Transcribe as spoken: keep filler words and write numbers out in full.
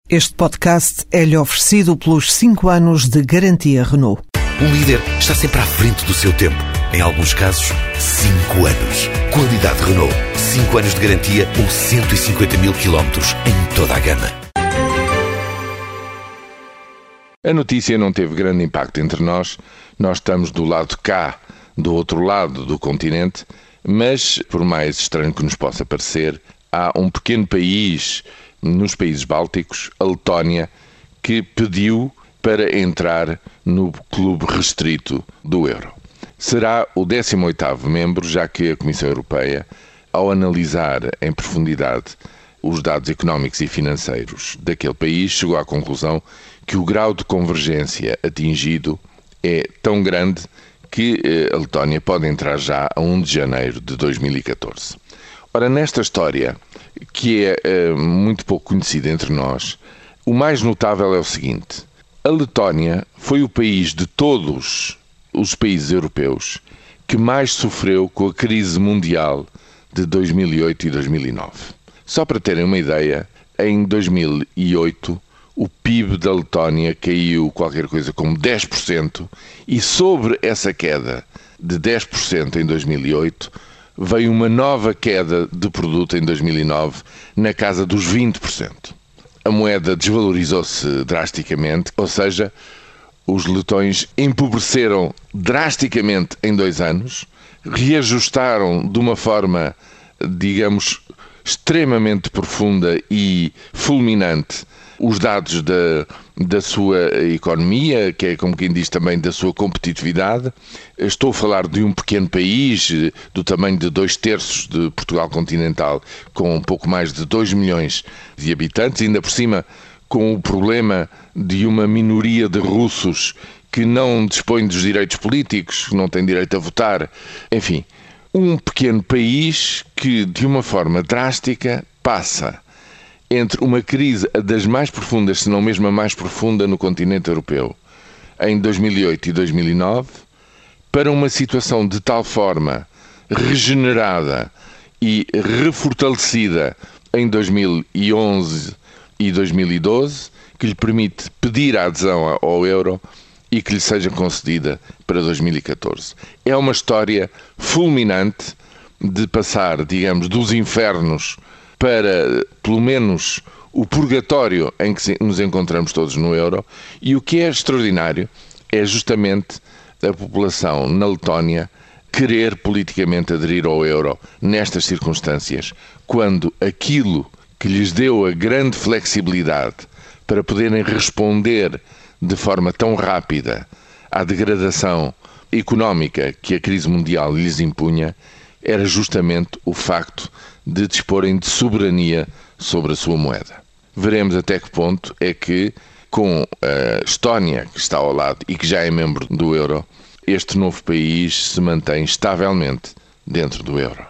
Este podcast é-lhe oferecido pelos cinco anos de garantia Renault. Um líder está sempre à frente do seu tempo. Em alguns casos, cinco anos. Qualidade Renault. cinco anos de garantia ou cento e cinquenta mil quilómetros em toda a gama. A notícia não teve grande impacto entre nós. Nós estamos do lado de cá, do outro lado do continente, mas, por mais estranho que nos possa parecer, há um pequeno país nos países bálticos, a Letónia, que pediu para entrar no clube restrito do euro. Será o décimo oitavo membro, já que a Comissão Europeia, ao analisar em profundidade os dados económicos e financeiros daquele país, chegou à conclusão que o grau de convergência atingido é tão grande que a Letónia pode entrar já a primeiro de janeiro de dois mil e catorze. Ora, nesta história, que é uh, muito pouco conhecida entre nós, o mais notável é o seguinte: a Letónia foi o país de todos os países europeus que mais sofreu com a crise mundial de dois mil e oito e dois mil e nove. Só para terem uma ideia, em dois mil e oito o P I B da Letónia caiu qualquer coisa como dez por cento e sobre essa queda de dez por cento em dois mil e oito veio uma nova queda de produto em dois mil e nove na casa dos vinte por cento. A moeda desvalorizou-se drasticamente, ou seja, os letões empobreceram drasticamente em dois anos, reajustaram de uma forma, digamos, extremamente profunda e fulminante os dados da, da sua economia, que é, como quem diz, também da sua competitividade. Estou a falar de um pequeno país do tamanho de dois terços de Portugal continental, com um pouco mais de dois milhões de habitantes, ainda por cima com o problema de uma minoria de russos que não dispõe dos direitos políticos, que não tem direito a votar. Enfim, um pequeno país que, de uma forma drástica, passa entre uma crise das mais profundas, se não mesmo a mais profunda no continente europeu, em dois mil e oito e dois mil e nove, para uma situação de tal forma regenerada e refortalecida em dois mil e onze e dois mil e doze, que lhe permite pedir a adesão ao euro e que lhe seja concedida para dois mil e catorze. É uma história fulminante de passar, digamos, dos infernos para, pelo menos, o purgatório em que nos encontramos todos no euro. E o que é extraordinário é justamente a população na Letónia querer politicamente aderir ao euro nestas circunstâncias, quando aquilo que lhes deu a grande flexibilidade para poderem responder de forma tão rápida à degradação económica que a crise mundial lhes impunha era justamente o facto de disporem de soberania sobre a sua moeda. Veremos até que ponto é que, com a Estónia, que está ao lado e que já é membro do euro, este novo país se mantém estavelmente dentro do euro.